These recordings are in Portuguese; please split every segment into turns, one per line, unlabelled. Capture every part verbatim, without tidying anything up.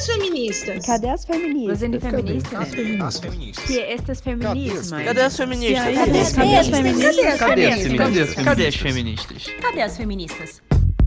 as feministas?
Cadê as feministas?
Os feministas?
As feministas. As feministas.
Que estas feminismas?
Cadê as feministas?
Cadê as feministas?
Cadê as feministas?
Cadê as feministas?
Cadê as feministas?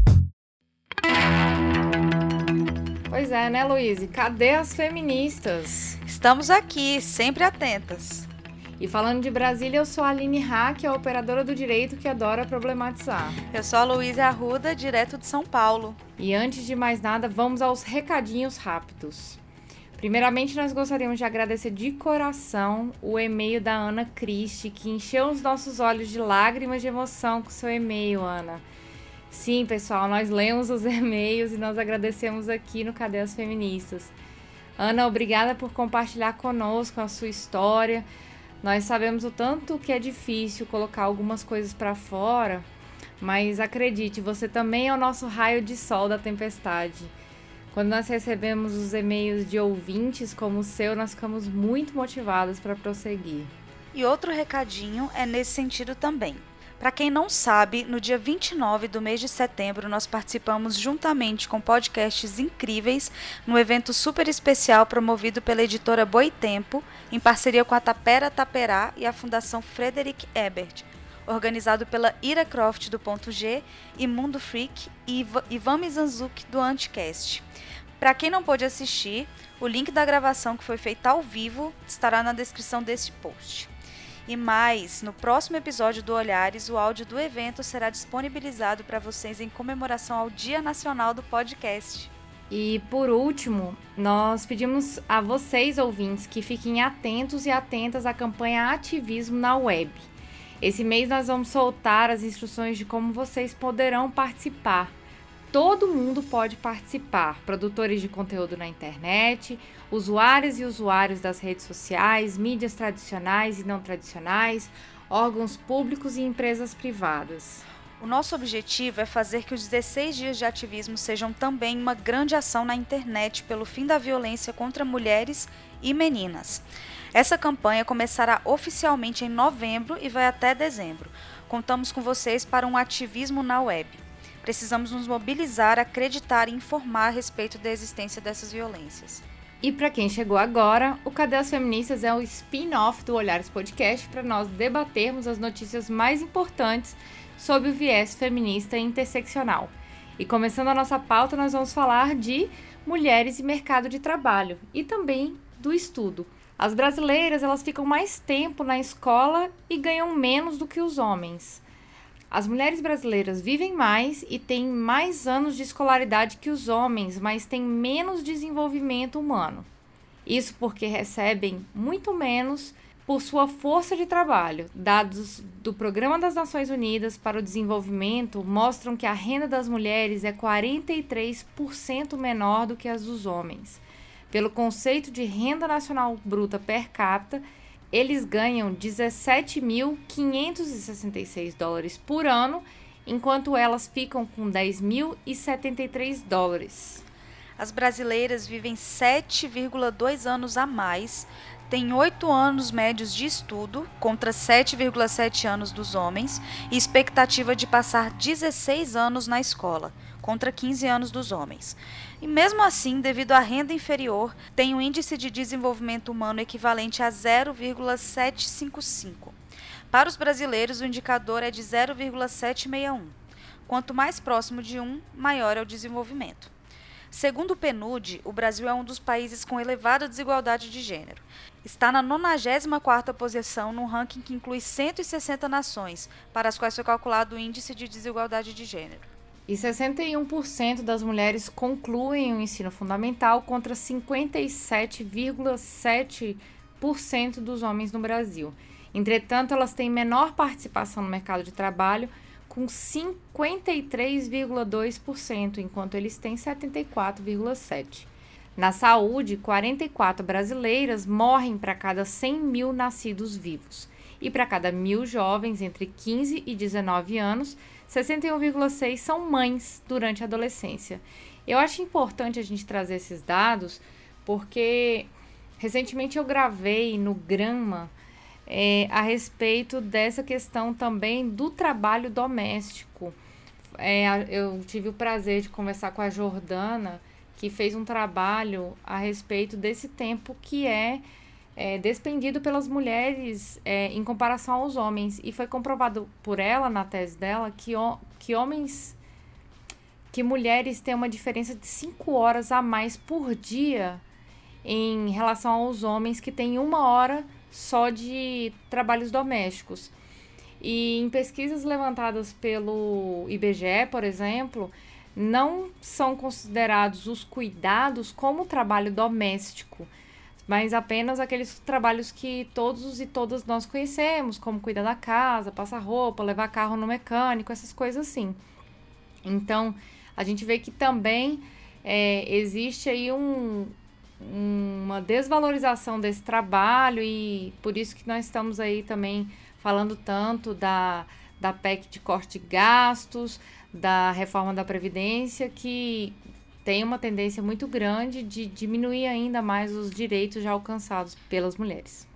Pois é, né, Luíse? Cadê as feministas?
Estamos aqui, sempre atentas.
E falando de Brasília, eu sou a Aline Hack, a operadora do direito que adora problematizar.
Eu sou a Luísa Arruda, direto de São Paulo.
E antes de mais nada, vamos aos recadinhos rápidos. Primeiramente, nós gostaríamos de agradecer de coração o e-mail da Ana Cristi, que encheu os nossos olhos de lágrimas de emoção com seu e-mail, Ana. Sim, pessoal, nós lemos os e-mails e nós agradecemos aqui no Cadê as Feministas. Ana, obrigada por compartilhar conosco a sua história. Nós sabemos o tanto que é difícil colocar algumas coisas para fora, mas acredite, você também é o nosso raio de sol da tempestade. Quando nós recebemos os e-mails de ouvintes como o seu, nós ficamos muito motivados para prosseguir.
E outro recadinho é nesse sentido também. Para quem não sabe, no dia vinte e nove do mês de setembro, nós participamos juntamente com podcasts incríveis no evento super especial promovido pela editora Boitempo, em parceria com a Tapera Taperá e a Fundação Frederic Ebert, organizado pela Ira Croft do Ponto G e Mundo Freak e Ivan Mizanzuki do Anticast. Para quem não pôde assistir, o link da gravação que foi feita ao vivo estará na descrição deste post. E mais, no próximo episódio do Olhares, o áudio do evento será disponibilizado para vocês em comemoração ao Dia Nacional do Podcast.
E por último, nós pedimos a vocês, ouvintes, que fiquem atentos e atentas à campanha Ativismo na Web. Esse mês nós vamos soltar as instruções de como vocês poderão participar. Todo mundo pode participar, produtores de conteúdo na internet, usuários e usuários das redes sociais, mídias tradicionais e não tradicionais, órgãos públicos e empresas privadas.
O nosso objetivo é fazer que os dezesseis dias de ativismo sejam também uma grande ação na internet pelo fim da violência contra mulheres e meninas. Essa campanha começará oficialmente em novembro e vai até dezembro. Contamos com vocês para um ativismo na web. Precisamos nos mobilizar, acreditar e informar a respeito da existência dessas violências.
E para quem chegou agora, o Cadê as Feministas é um spin-off do Olhares Podcast para nós debatermos as notícias mais importantes sobre o viés feminista e interseccional. E começando a nossa pauta, nós vamos falar de mulheres e mercado de trabalho e também do estudo. As brasileiras, elas ficam mais tempo na escola e ganham menos do que os homens. As mulheres brasileiras vivem mais e têm mais anos de escolaridade que os homens, mas têm menos desenvolvimento humano. Isso porque recebem muito menos por sua força de trabalho. Dados do Programa das Nações Unidas para o Desenvolvimento mostram que a renda das mulheres é quarenta e três por cento menor do que as dos homens. Pelo conceito de renda nacional bruta per capita, eles ganham dezessete mil quinhentos e sessenta e seis dólares por ano, enquanto elas ficam com dez mil e setenta e três dólares.
As brasileiras vivem sete vírgula dois anos a mais, têm oito anos médios de estudo, contra sete vírgula sete anos dos homens, e expectativa de passar dezesseis anos na escola, contra quinze anos dos homens. E mesmo assim, devido à renda inferior, tem um índice de desenvolvimento humano equivalente a zero vírgula setecentos e cinquenta e cinco. Para os brasileiros, o indicador é de zero vírgula setecentos e sessenta e um. Quanto mais próximo de um, maior é o desenvolvimento. Segundo o P N U D, o Brasil é um dos países com elevada desigualdade de gênero. Está na nonagésima quarta posição num ranking que inclui cento e sessenta nações, para as quais foi calculado o índice de desigualdade de gênero.
E sessenta e um por cento das mulheres concluem o ensino fundamental contra cinquenta e sete vírgula sete por cento dos homens no Brasil. Entretanto, elas têm menor participação no mercado de trabalho, com cinquenta e três vírgula dois por cento, enquanto eles têm setenta e quatro vírgula sete por cento. Na saúde, quarenta e quatro brasileiras morrem para cada cem mil nascidos vivos. E para cada mil jovens entre quinze e dezenove anos, sessenta e um vírgula seis são mães durante a adolescência. Eu acho importante a gente trazer esses dados porque recentemente eu gravei no Grama é, a respeito dessa questão também do trabalho doméstico. É, eu tive o prazer de conversar com a Jordana, que fez um trabalho a respeito desse tempo que é, é despendido pelas mulheres é, em comparação aos homens. E foi comprovado por ela, na tese dela, que, que homens, que mulheres têm uma diferença de cinco horas a mais por dia em relação aos homens que têm uma hora só de trabalhos domésticos. E em pesquisas levantadas pelo I B G E, por exemplo, não são considerados os cuidados como trabalho doméstico, mas apenas aqueles trabalhos que todos e todas nós conhecemos, como cuidar da casa, passar roupa, levar carro no mecânico, essas coisas assim. Então, a gente vê que também é, existe aí um, uma desvalorização desse trabalho, e por isso que nós estamos aí também falando tanto da, da P E C de corte de gastos, da reforma da Previdência, que tem uma tendência muito grande de diminuir ainda mais os direitos já alcançados pelas mulheres.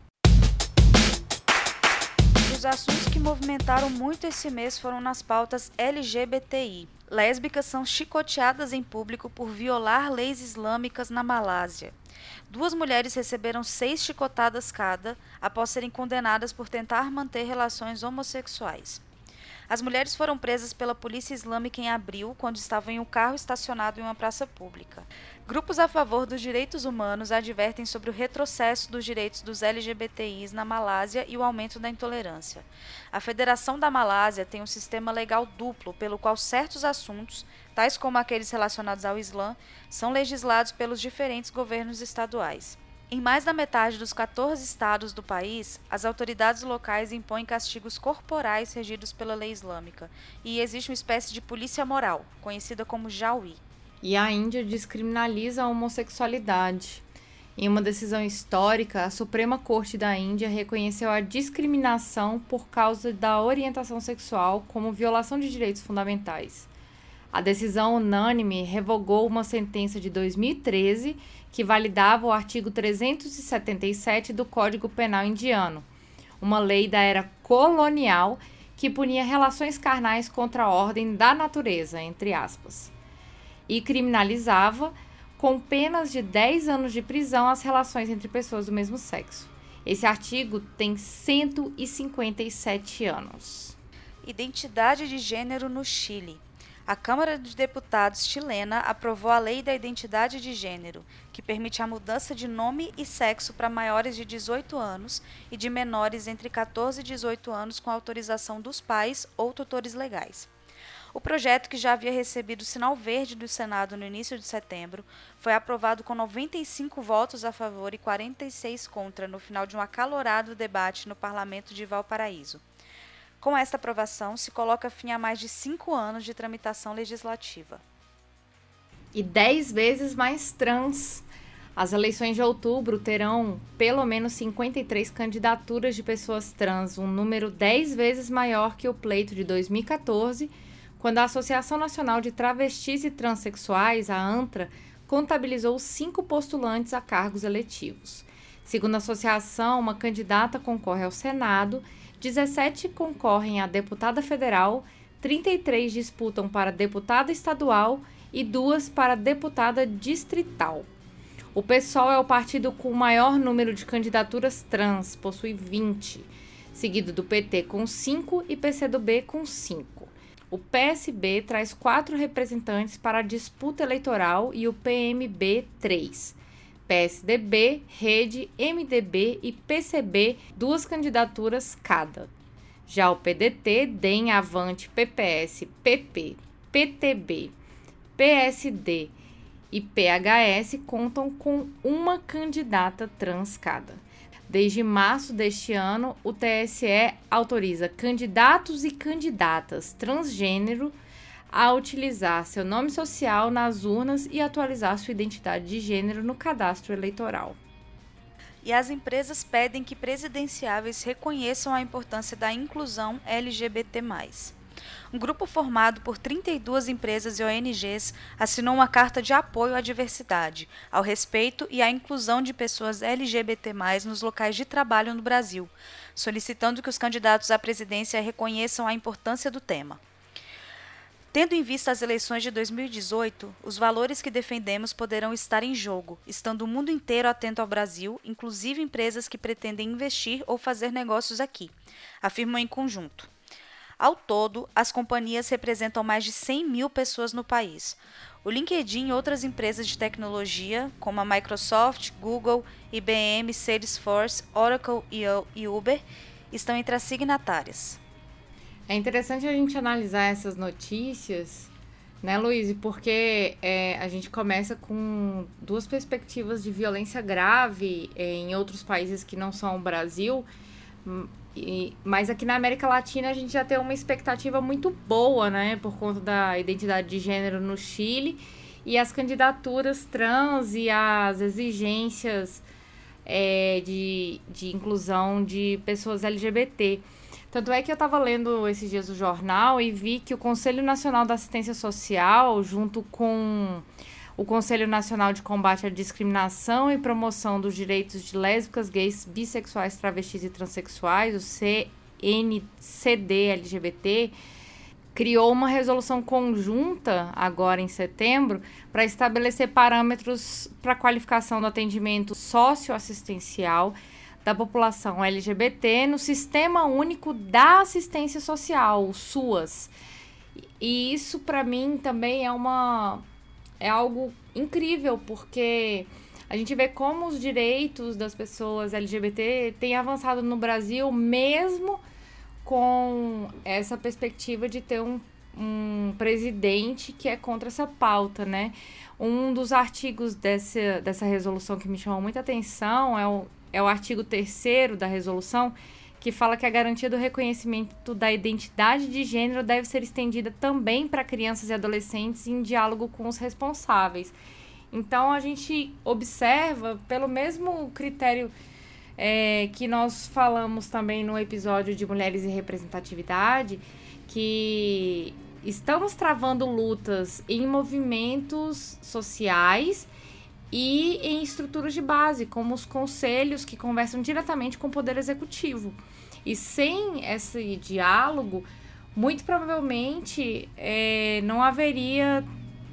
Os assuntos que movimentaram muito esse mês foram nas pautas L G B T I. Lésbicas são chicoteadas em público por violar leis islâmicas na Malásia. Duas mulheres receberam seis chicotadas cada após serem condenadas por tentar manter relações homossexuais. As mulheres foram presas pela polícia islâmica em abril, quando estavam em um carro estacionado em uma praça pública. Grupos a favor dos direitos humanos advertem sobre o retrocesso dos direitos dos L G B T Is na Malásia e o aumento da intolerância. A Federação da Malásia tem um sistema legal duplo, pelo qual certos assuntos, tais como aqueles relacionados ao Islã, são legislados pelos diferentes governos estaduais. Em mais da metade dos quatorze estados do país, as autoridades locais impõem castigos corporais regidos pela lei islâmica, e existe uma espécie de polícia moral, conhecida como Jawi.
E a Índia descriminaliza a homossexualidade. Em uma decisão histórica, a Suprema Corte da Índia reconheceu a discriminação por causa da orientação sexual como violação de direitos fundamentais. A decisão unânime revogou uma sentença de dois mil e treze que validava o artigo trezentos e setenta e sete do Código Penal indiano, uma lei da era colonial que punia relações carnais contra a ordem da natureza, entre aspas, e criminalizava com penas de dez anos de prisão as relações entre pessoas do mesmo sexo. Esse artigo tem cento e cinquenta e sete anos.
Identidade de gênero no Chile. A Câmara de Deputados chilena aprovou a Lei da Identidade de Gênero, que permite a mudança de nome e sexo para maiores de dezoito anos e de menores entre catorze e dezoito anos com autorização dos pais ou tutores legais. O projeto, que já havia recebido o sinal verde do Senado no início de setembro, foi aprovado com noventa e cinco votos a favor e quarenta e seis contra no final de um acalorado debate no Parlamento de Valparaíso. Com esta aprovação, se coloca fim a mais de cinco anos de tramitação legislativa.
E dez vezes mais trans. As eleições de outubro terão pelo menos cinquenta e três candidaturas de pessoas trans, um número dez vezes maior que o pleito de dois mil e catorze, quando a Associação Nacional de Travestis e Transsexuais, a ANTRA, contabilizou cinco postulantes a cargos eletivos. Segundo a associação, uma candidata concorre ao Senado, dezessete concorrem a deputada federal, trinta e três disputam para deputada estadual e duas para deputada distrital. O PSOL é o partido com o maior número de candidaturas trans, possui vinte, seguido do P T com cinco e P C do B com cinco. O P S B traz quatro representantes para a disputa eleitoral e o P M B três. P S D B, Rede, M D B e P C B, duas candidaturas cada. Já o P D T, D E M, Avante, P P S, P P, P T B, P S D e P H S contam com uma candidata trans cada. Desde março deste ano, o T S E autoriza candidatos e candidatas transgênero a utilizar seu nome social nas urnas e atualizar sua identidade de gênero no cadastro eleitoral.
E as empresas pedem que presidenciáveis reconheçam a importância da inclusão L G B T mais. Um grupo formado por trinta e duas empresas e O N Gs assinou uma carta de apoio à diversidade, ao respeito e à inclusão de pessoas L G B T mais, nos locais de trabalho no Brasil, solicitando que os candidatos à presidência reconheçam a importância do tema. Tendo em vista as eleições de dois mil e dezoito, os valores que defendemos poderão estar em jogo, estando o mundo inteiro atento ao Brasil, inclusive empresas que pretendem investir ou fazer negócios aqui, afirmam em conjunto. Ao todo, as companhias representam mais de cem mil pessoas no país. O LinkedIn e outras empresas de tecnologia, como a Microsoft, Google, I B M, Salesforce, Oracle e Uber, estão entre as signatárias.
É interessante a gente analisar essas notícias, né, Luiz? Porque é, a gente começa com duas perspectivas de violência grave é, em outros países que não são o Brasil, e, mas aqui na América Latina a gente já tem uma expectativa muito boa, né, por conta da identidade de gênero no Chile e as candidaturas trans e as exigências é, de, de inclusão de pessoas L G B T. Tanto é que eu estava lendo esses dias o jornal e vi que o Conselho Nacional da Assistência Social, junto com o Conselho Nacional de Combate à Discriminação e Promoção dos Direitos de Lésbicas, Gays, Bissexuais, Travestis e Transsexuais, o C N C D L G B T, criou uma resolução conjunta, agora em setembro, para estabelecer parâmetros para a qualificação do atendimento socioassistencial da população L G B T no Sistema Único da Assistência Social, o SUAS. E isso, para mim, também é, uma, é algo incrível, porque a gente vê como os direitos das pessoas L G B T têm avançado no Brasil, mesmo com essa perspectiva de ter um, um presidente que é contra essa pauta, né? Um dos artigos dessa, dessa resolução que me chamou muita atenção é o É o artigo terceiro da resolução, que fala que a garantia do reconhecimento da identidade de gênero deve ser estendida também para crianças e adolescentes em diálogo com os responsáveis. Então, a gente observa, pelo mesmo critério é, que nós falamos também no episódio de Mulheres e Representatividade, que estamos travando lutas em movimentos sociais e em estruturas de base, como os conselhos que conversam diretamente com o Poder Executivo. E sem esse diálogo, muito provavelmente é, não haveria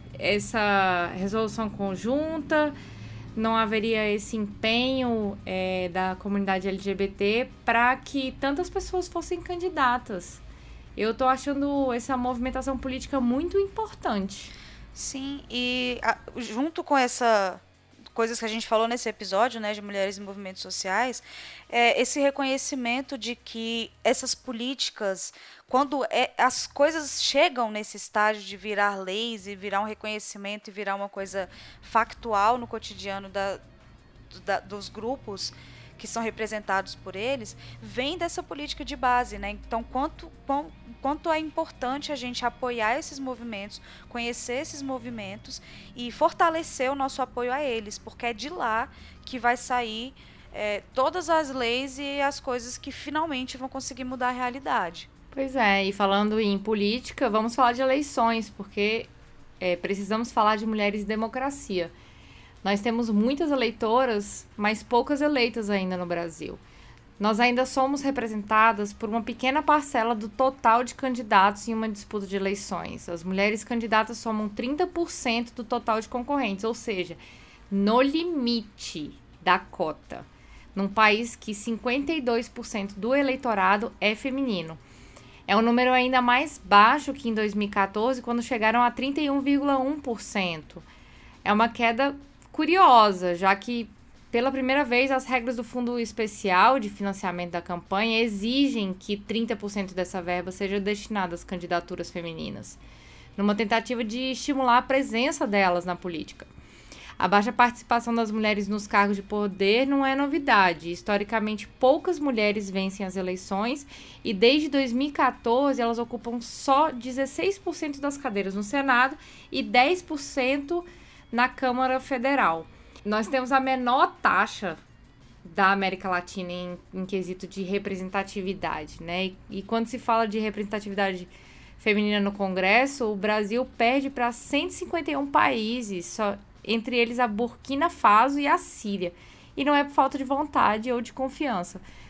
essa resolução conjunta, não haveria esse empenho é, da comunidade L G B T para que tantas pessoas fossem candidatas. Eu estou achando essa movimentação política muito importante.
Sim, e a, junto com essa coisas que a gente falou nesse episódio, né, de mulheres em movimentos sociais, é esse reconhecimento de que essas políticas, quando é, as coisas chegam nesse estágio de virar leis e virar um reconhecimento e virar uma coisa factual no cotidiano da, da, dos grupos que são representados por eles, vem dessa política de base, né? Então, quanto, quão, quanto é importante a gente apoiar esses movimentos, conhecer esses movimentos e fortalecer o nosso apoio a eles, porque é de lá que vai sair é, todas as leis e as coisas que finalmente vão conseguir mudar a realidade.
Pois é, e falando em política, vamos falar de eleições, porque é, precisamos falar de mulheres e democracia. Nós temos muitas eleitoras, mas poucas eleitas ainda no Brasil. Nós ainda somos representadas por uma pequena parcela do total de candidatos em uma disputa de eleições. As mulheres candidatas somam trinta por cento do total de concorrentes, ou seja, no limite da cota, num país que cinquenta e dois por cento do eleitorado é feminino. É um número ainda mais baixo que em dois mil e quatorze, quando chegaram a trinta e um vírgula um por cento. É uma queda curiosa, já que pela primeira vez as regras do Fundo Especial de Financiamento da Campanha exigem que trinta por cento dessa verba seja destinada às candidaturas femininas, numa tentativa de estimular a presença delas na política. A baixa participação das mulheres nos cargos de poder não é novidade. Historicamente, poucas mulheres vencem as eleições e desde dois mil e quatorze elas ocupam só dezesseis por cento das cadeiras no Senado e dez por cento na Câmara Federal. Nós temos a menor taxa da América Latina em, em quesito de representatividade, né? E, e quando se fala de representatividade feminina no Congresso, o Brasil perde para cento e cinquenta e um países, só, entre eles a Burkina Faso e a Síria. E não é por falta de vontade ou de confiança.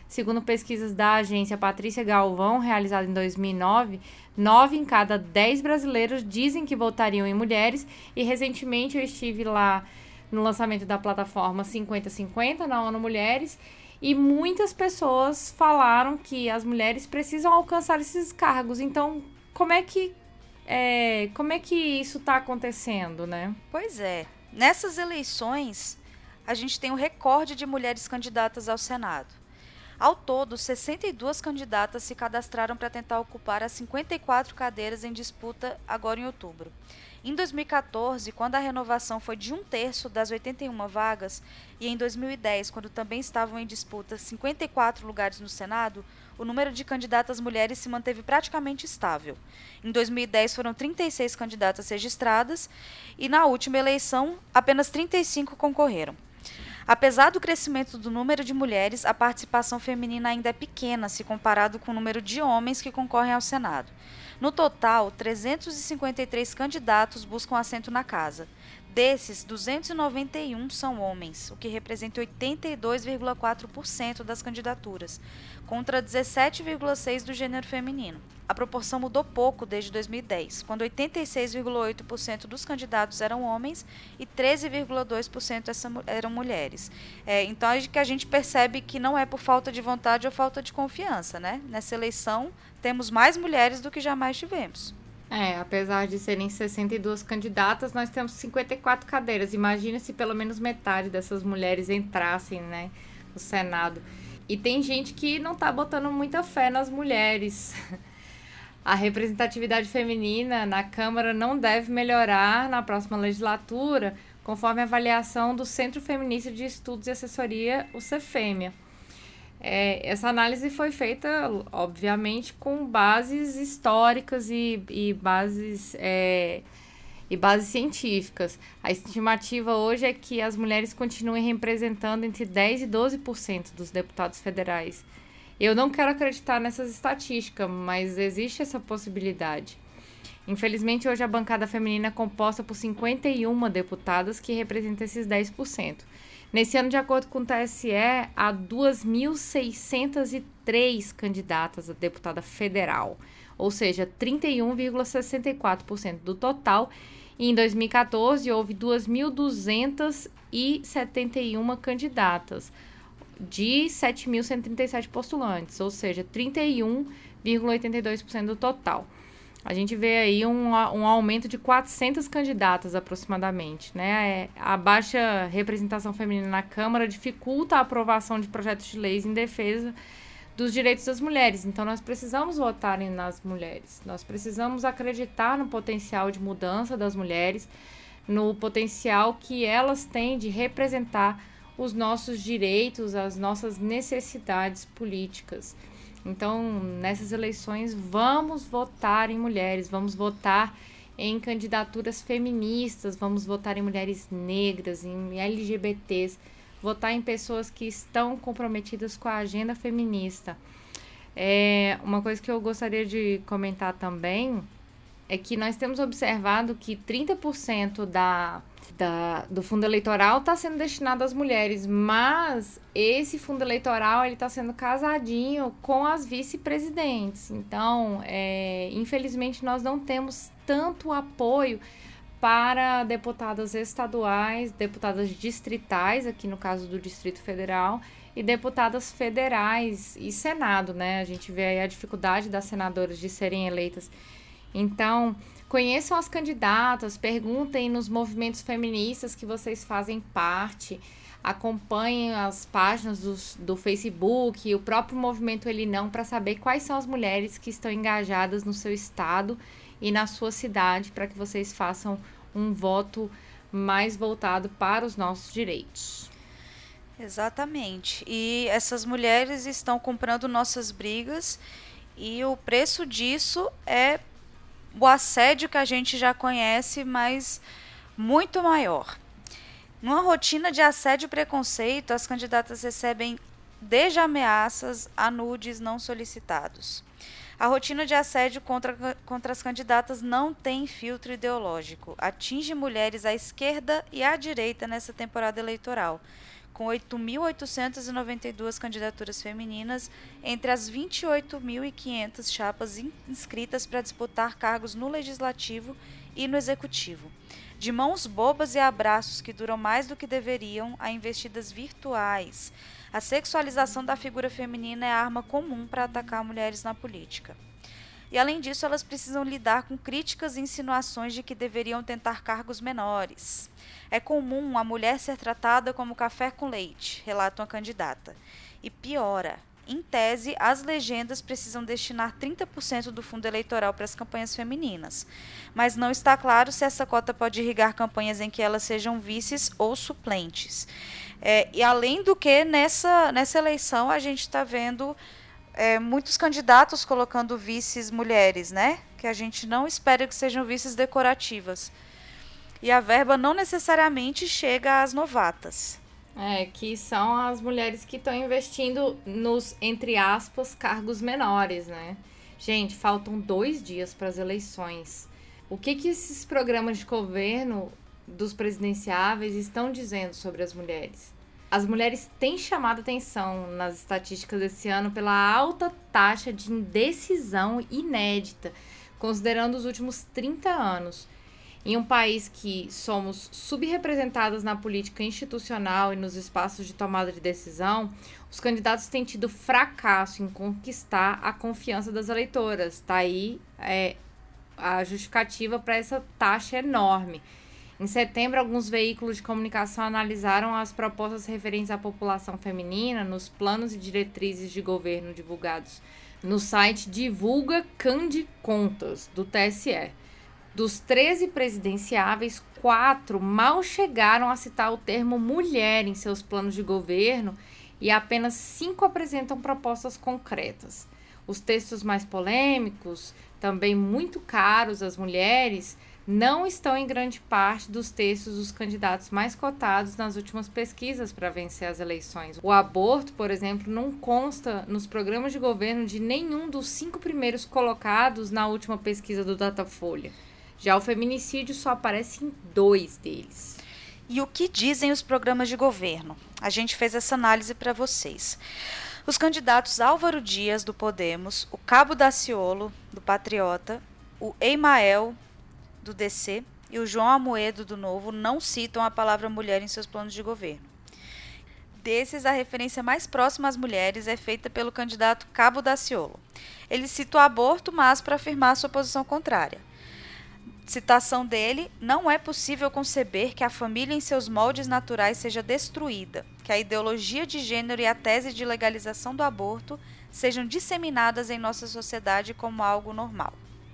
Segundo pesquisas da agência Patrícia Galvão, realizada em dois mil e nove, nove em cada dez brasileiros dizem que votariam em mulheres. E recentemente eu estive lá no lançamento da plataforma cinquenta cinquenta na ONU Mulheres, e muitas pessoas falaram que as mulheres precisam alcançar esses cargos. Então, como é que, é, como é que isso está acontecendo, né?
Pois é. Nessas eleições, a gente tem um recorde de mulheres candidatas ao Senado. Ao todo, sessenta e duas candidatas se cadastraram para tentar ocupar as cinquenta e quatro cadeiras em disputa agora em outubro. Em dois mil e catorze, quando a renovação foi de um terço das oitenta e uma vagas, e em dois mil e dez, quando também estavam em disputa cinquenta e quatro lugares no Senado, o número de candidatas mulheres se manteve praticamente estável. Em dois mil e dez foram trinta e seis candidatas registradas e na última eleição apenas trinta e cinco concorreram. Apesar do crescimento do número de mulheres, a participação feminina ainda é pequena se comparado com o número de homens que concorrem ao Senado. No total, trezentos e cinquenta e três candidatos buscam assento na casa. Desses, duzentos e noventa e um são homens, o que representa oitenta e dois vírgula quatro por cento das candidaturas, contra dezessete vírgula seis por cento do gênero feminino. A proporção mudou pouco desde dois mil e dez, quando oitenta e seis vírgula oito por cento dos candidatos eram homens e treze vírgula dois por cento eram mulheres. É, então, é que a gente percebe que não é por falta de vontade ou falta de confiança, né? Nessa eleição, temos mais mulheres do que jamais tivemos.
É, apesar de serem sessenta e duas candidatas, nós temos cinquenta e quatro cadeiras. Imagina se pelo menos metade dessas mulheres entrassem, né, no Senado. E tem gente que não tá botando muita fé nas mulheres. A representatividade feminina na Câmara não deve melhorar na próxima legislatura, conforme a avaliação do Centro Feminista de Estudos e Assessoria, o CEFEMIA. É, essa análise foi feita, obviamente, com bases históricas e, e, bases, é, e bases científicas. A estimativa hoje é que as mulheres continuem representando entre dez por cento e doze por cento dos deputados federais. Eu não quero acreditar nessas estatísticas, mas existe essa possibilidade. Infelizmente, hoje a bancada feminina é composta por cinquenta e uma deputadas que representam esses dez por cento. Nesse ano, de acordo com o T S E, há duas mil seiscentas e três candidatas a deputada federal, ou seja, trinta e um vírgula sessenta e quatro por cento do total. E em dois mil e catorze, houve duas mil duzentas e setenta e uma candidatas, de sete mil cento e trinta e sete postulantes, ou seja, trinta e um vírgula oitenta e dois por cento do total. A gente vê aí um, um aumento de quatrocentas candidatas aproximadamente, né? A baixa representação feminina na Câmara dificulta a aprovação de projetos de leis em defesa dos direitos das mulheres. Então, nós precisamos votar nas mulheres. Nós precisamos acreditar no potencial de mudança das mulheres, no potencial que elas têm de representar os nossos direitos, as nossas necessidades políticas. Então, nessas eleições, vamos votar em mulheres, vamos votar em candidaturas feministas, vamos votar em mulheres negras, em L G B Ts, votar em pessoas que estão comprometidas com a agenda feminista. É, uma coisa que eu gostaria de comentar também é que nós temos observado que trinta por cento da, da, do fundo eleitoral está sendo destinado às mulheres, mas esse fundo eleitoral está sendo casadinho com as vice-presidentes. Então, é, infelizmente, nós não temos tanto apoio para deputadas estaduais, deputadas distritais, aqui no caso do Distrito Federal, e deputadas federais e Senado, né? A gente vê aí a dificuldade das senadoras de serem eleitas. Então, conheçam as candidatas, perguntem nos movimentos feministas que vocês fazem parte, acompanhem as páginas do, do Facebook, o próprio Movimento Ele Não, para saber quais são as mulheres que estão engajadas no seu estado e na sua cidade, para que vocês façam um voto mais voltado para os nossos direitos.
Exatamente. E essas mulheres estão comprando nossas brigas e o preço disso é o assédio que a gente já conhece, mas muito maior. Numa rotina de assédio e preconceito, as candidatas recebem desde ameaças a nudes não solicitados. A rotina de assédio contra, contra as candidatas não tem filtro ideológico. Atinge mulheres à esquerda e à direita nessa temporada eleitoral, com oito mil oitocentas e noventa e duas candidaturas femininas entre as vinte e oito mil e quinhentas chapas inscritas para disputar cargos no Legislativo e no Executivo. De mãos bobas e abraços que duram mais do que deveriam, a investidas virtuais. A sexualização da figura feminina é a arma comum para atacar mulheres na política. E, além disso, elas precisam lidar com críticas e insinuações de que deveriam tentar cargos menores. É comum a mulher ser tratada como café com leite, relata uma candidata. E piora. Em tese, as legendas precisam destinar trinta por cento do fundo eleitoral para as campanhas femininas. Mas não está claro se essa cota pode irrigar campanhas em que elas sejam vices ou suplentes. É, e, além do que, nessa, nessa eleição, a gente está vendo... É, muitos candidatos colocando vices mulheres, né? Que a gente não espera que sejam vices decorativas. E a verba não necessariamente chega às novatas.
É, que são as mulheres que estão investindo nos, entre aspas, cargos menores, né? Gente, faltam dois dias para as eleições. O que que esses programas de governo dos presidenciáveis estão dizendo sobre as mulheres? As mulheres têm chamado atenção nas estatísticas desse ano pela alta taxa de indecisão inédita, considerando os últimos trinta anos. Em um país que somos subrepresentadas na política institucional e nos espaços de tomada de decisão, os candidatos têm tido fracasso em conquistar a confiança das eleitoras. Está aí é, a justificativa para essa taxa enorme. Em setembro, alguns veículos de comunicação analisaram as propostas referentes à população feminina nos planos e diretrizes de governo divulgados no site Divulga Cande Contas, do T S E. Dos treze presidenciáveis, quatro mal chegaram a citar o termo mulher em seus planos de governo e apenas cinco apresentam propostas concretas. Os textos mais polêmicos, também muito caros às mulheres, não estão em grande parte dos textos dos candidatos mais cotados nas últimas pesquisas para vencer as eleições. O aborto, por exemplo, não consta nos programas de governo de nenhum dos cinco primeiros colocados na última pesquisa do Datafolha. Já o feminicídio só aparece em dois deles.
E o que dizem os programas de governo? A gente fez essa análise para vocês. Os candidatos Álvaro Dias, do Podemos, o Cabo Daciolo, do Patriota, o Emael, do D C, e o João Amoedo, do Novo, não citam a palavra mulher em seus planos de governo. Desses, a referência mais próxima às mulheres é feita pelo candidato Cabo Daciolo. Ele cita o aborto, mas para afirmar sua posição contrária. Citação dele: não é possível conceber que a família em seus moldes naturais seja destruída, que a ideologia de gênero e a tese de legalização do aborto sejam disseminadas em nossa sociedade como algo normal.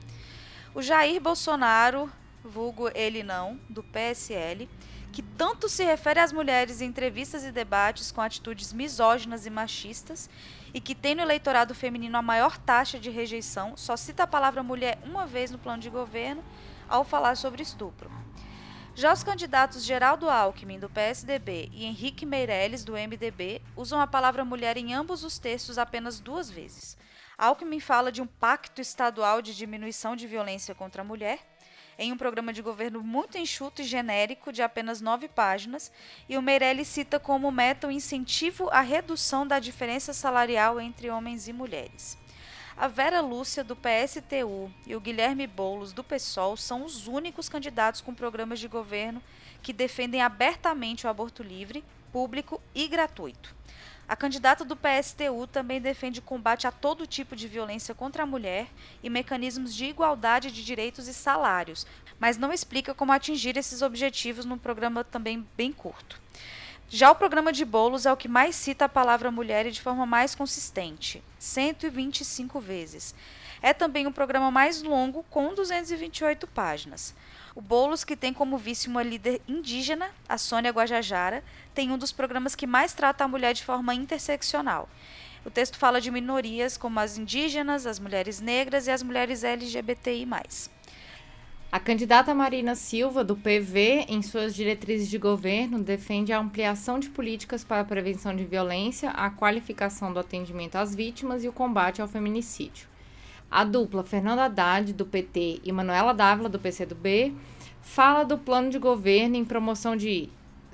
O Jair Bolsonaro, vulgo ele não, do P S L, que tanto se refere às mulheres em entrevistas e debates com atitudes misóginas e machistas e que tem no eleitorado feminino a maior taxa de rejeição, só cita a palavra mulher uma vez no plano de governo ao falar sobre estupro. Já os candidatos Geraldo Alckmin, do P S D B, e Henrique Meirelles, do M D B, usam a palavra mulher em ambos os textos apenas duas vezes. Alckmin fala de um pacto estadual de diminuição de violência contra a mulher, em um programa de governo muito enxuto e genérico de apenas nove páginas, e o Meirelles cita como meta o incentivo à redução da diferença salarial entre homens e mulheres. A Vera Lúcia, do P S T U, e o Guilherme Boulos, do PSOL, são os únicos candidatos com programas de governo que defendem abertamente o aborto livre, público e gratuito. A candidata do P S T U também defende combate a todo tipo de violência contra a mulher e mecanismos de igualdade de direitos e salários, mas não explica como atingir esses objetivos num programa também bem curto. Já o programa de Boulos é o que mais cita a palavra mulher e de forma mais consistente, cento e vinte e cinco vezes. É também o programa mais longo, com duzentas e vinte e oito páginas. O Boulos, que tem como vice uma líder indígena, a Sônia Guajajara, tem um dos programas que mais trata a mulher de forma interseccional. O texto fala de minorias como as indígenas, as mulheres negras e as mulheres L G B T I mais.
A candidata Marina Silva, do P V, em suas diretrizes de governo, defende a ampliação de políticas para a prevenção de violência, a qualificação do atendimento às vítimas e o combate ao feminicídio. A dupla Fernanda Haddad, do P T, e Manuela Dávila, do P C do B, fala do plano de governo em promoção de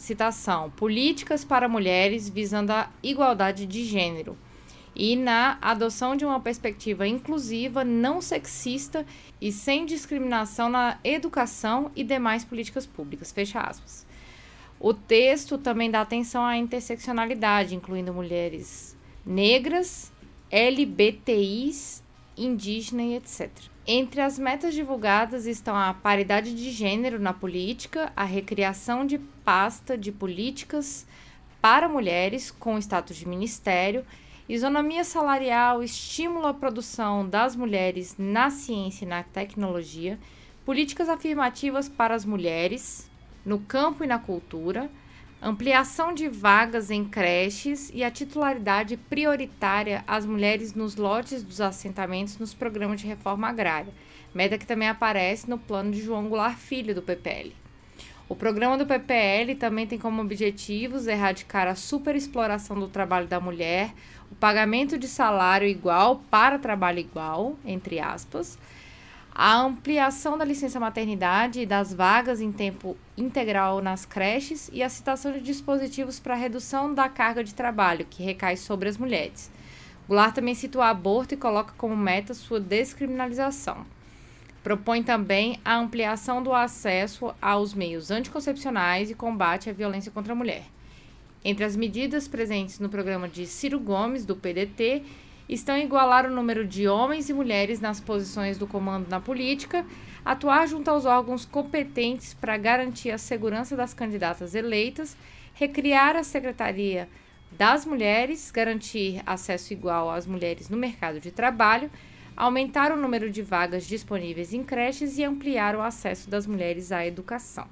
citação, políticas para mulheres visando a igualdade de gênero e na adoção de uma perspectiva inclusiva, não sexista e sem discriminação na educação e demais políticas públicas, fecha aspas. O texto também dá atenção à interseccionalidade, incluindo mulheres negras, L G B T Is, indígena e etcétera. Entre as metas divulgadas estão a paridade de gênero na política, a recriação de pasta de políticas para mulheres com status de ministério, isonomia salarial, estímulo à produção das mulheres na ciência e na tecnologia, políticas afirmativas para as mulheres no campo e na cultura, ampliação de vagas em creches e a titularidade prioritária às mulheres nos lotes dos assentamentos nos programas de reforma agrária, meta que também aparece no plano de João Goulart Filho, do P P L. O programa do P P L também tem como objetivos erradicar a superexploração do trabalho da mulher, o pagamento de salário igual para trabalho igual, entre aspas, a ampliação da licença maternidade e das vagas em tempo integral nas creches e a citação de dispositivos para redução da carga de trabalho, que recai sobre as mulheres. Goulart também cita o aborto e coloca como meta sua descriminalização. Propõe também a ampliação do acesso aos meios anticoncepcionais e combate à violência contra a mulher. Entre as medidas presentes no programa de Ciro Gomes, do P D T, estão igualar o número de homens e mulheres nas posições do comando na política, atuar junto aos órgãos competentes para garantir a segurança das candidatas eleitas, recriar a Secretaria das Mulheres, garantir acesso igual às mulheres no mercado de trabalho, aumentar o número de vagas disponíveis em creches e ampliar o acesso das mulheres à educação.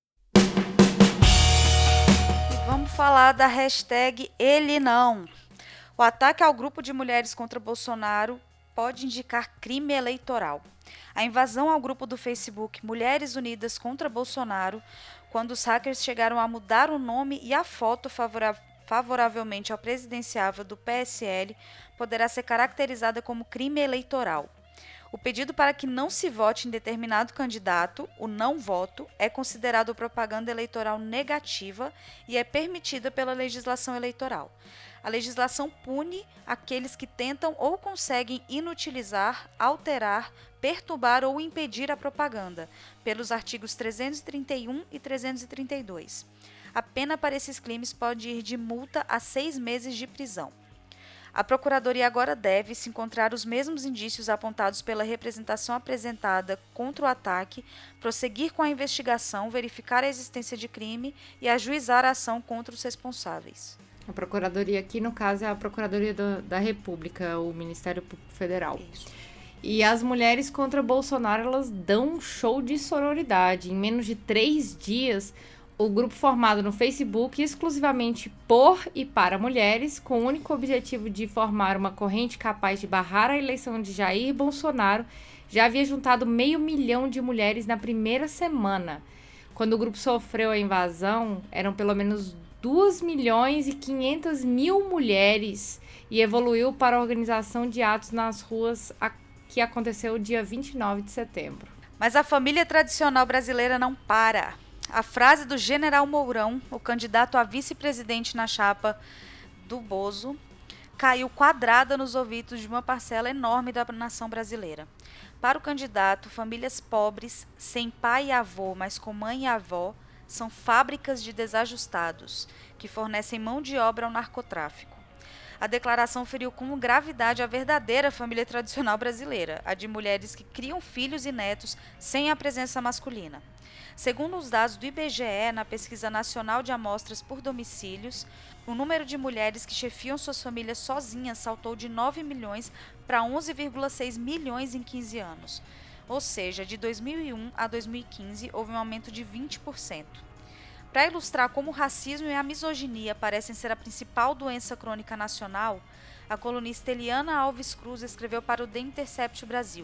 E vamos falar da hashtag Ele Não. O ataque ao grupo de mulheres contra Bolsonaro pode indicar crime eleitoral. A invasão ao grupo do Facebook Mulheres Unidas contra Bolsonaro, quando os hackers chegaram a mudar o nome e a foto favora- favoravelmente ao presidenciável do P S L, poderá ser caracterizada como crime eleitoral. O pedido para que não se vote em determinado candidato, o não voto, é considerado propaganda eleitoral negativa e é permitida pela legislação eleitoral. A legislação pune aqueles que tentam ou conseguem inutilizar, alterar, perturbar ou impedir a propaganda, pelos artigos trezentos e trinta e um e trezentos e trinta e dois. A pena para esses crimes pode ir de multa a seis meses de prisão. A Procuradoria agora deve, se encontrar os mesmos indícios apontados pela representação apresentada contra o ataque, prosseguir com a investigação, verificar a existência de crime e ajuizar a ação contra os responsáveis.
A Procuradoria aqui, no caso, é a Procuradoria do, da República, o Ministério Público Federal.
Isso.
E as mulheres contra Bolsonaro, elas dão um show de sororidade. Em menos de três dias, o grupo formado no Facebook exclusivamente por e para mulheres, com o único objetivo de formar uma corrente capaz de barrar a eleição de Jair Bolsonaro, já havia juntado meio milhão de mulheres na primeira semana. Quando o grupo sofreu a invasão, eram pelo menos dois milhões e quinhentas mil mulheres e evoluiu para a organização de atos nas ruas a, que aconteceu dia vinte e nove de setembro.
Mas a família tradicional brasileira não para. A frase do general Mourão, o candidato a vice-presidente na chapa do Bozo, caiu quadrada nos ouvidos de uma parcela enorme da nação brasileira. Para o candidato, famílias pobres, sem pai e avô, mas com mãe e avó, são fábricas de desajustados, que fornecem mão de obra ao narcotráfico. A declaração feriu com gravidade a verdadeira família tradicional brasileira, a de mulheres que criam filhos e netos sem a presença masculina. Segundo os dados do I B G E, na Pesquisa Nacional de Amostras por Domicílios, o número de mulheres que chefiam suas famílias sozinhas saltou de nove milhões para onze vírgula seis milhões em quinze anos. Ou seja, de dois mil e um a dois mil e quinze houve um aumento de vinte por cento. Para ilustrar como o racismo e a misoginia parecem ser a principal doença crônica nacional, a colunista Eliana Alves Cruz escreveu para o The Intercept Brasil.